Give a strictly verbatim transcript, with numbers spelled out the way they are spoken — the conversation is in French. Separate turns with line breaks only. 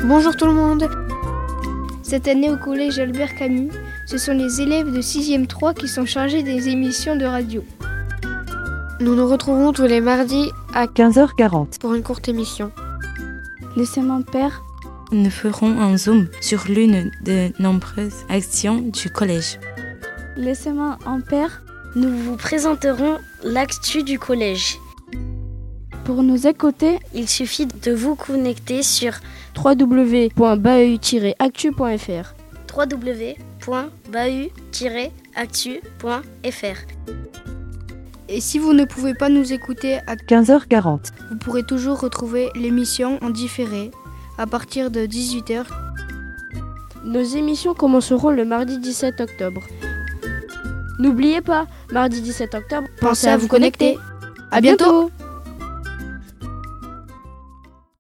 Bonjour tout le monde. Cette année au collège Albert Camus, ce sont les élèves de sixième trois qui sont chargés des émissions de radio. Nous nous retrouvons tous les mardis à
quinze heures quarante
pour une courte émission.
Laissez-moi père.
Nous ferons un zoom sur l'une de nombreuses actions du collège.
Laissez-moi en père.
Nous vous présenterons l'actu du collège.
Pour nous écouter,
il suffit de vous connecter sur
w w w point b a u tiret actu point f r
w w w point b a u tiret actu point f r.
Et si vous ne pouvez pas nous écouter à
quinze heures quarante,
vous pourrez toujours retrouver l'émission en différé à partir de dix-huit heures.
Nos émissions commenceront le mardi dix-sept octobre. N'oubliez pas, mardi dix-sept octobre,
pensez à vous connecter. À bientôt.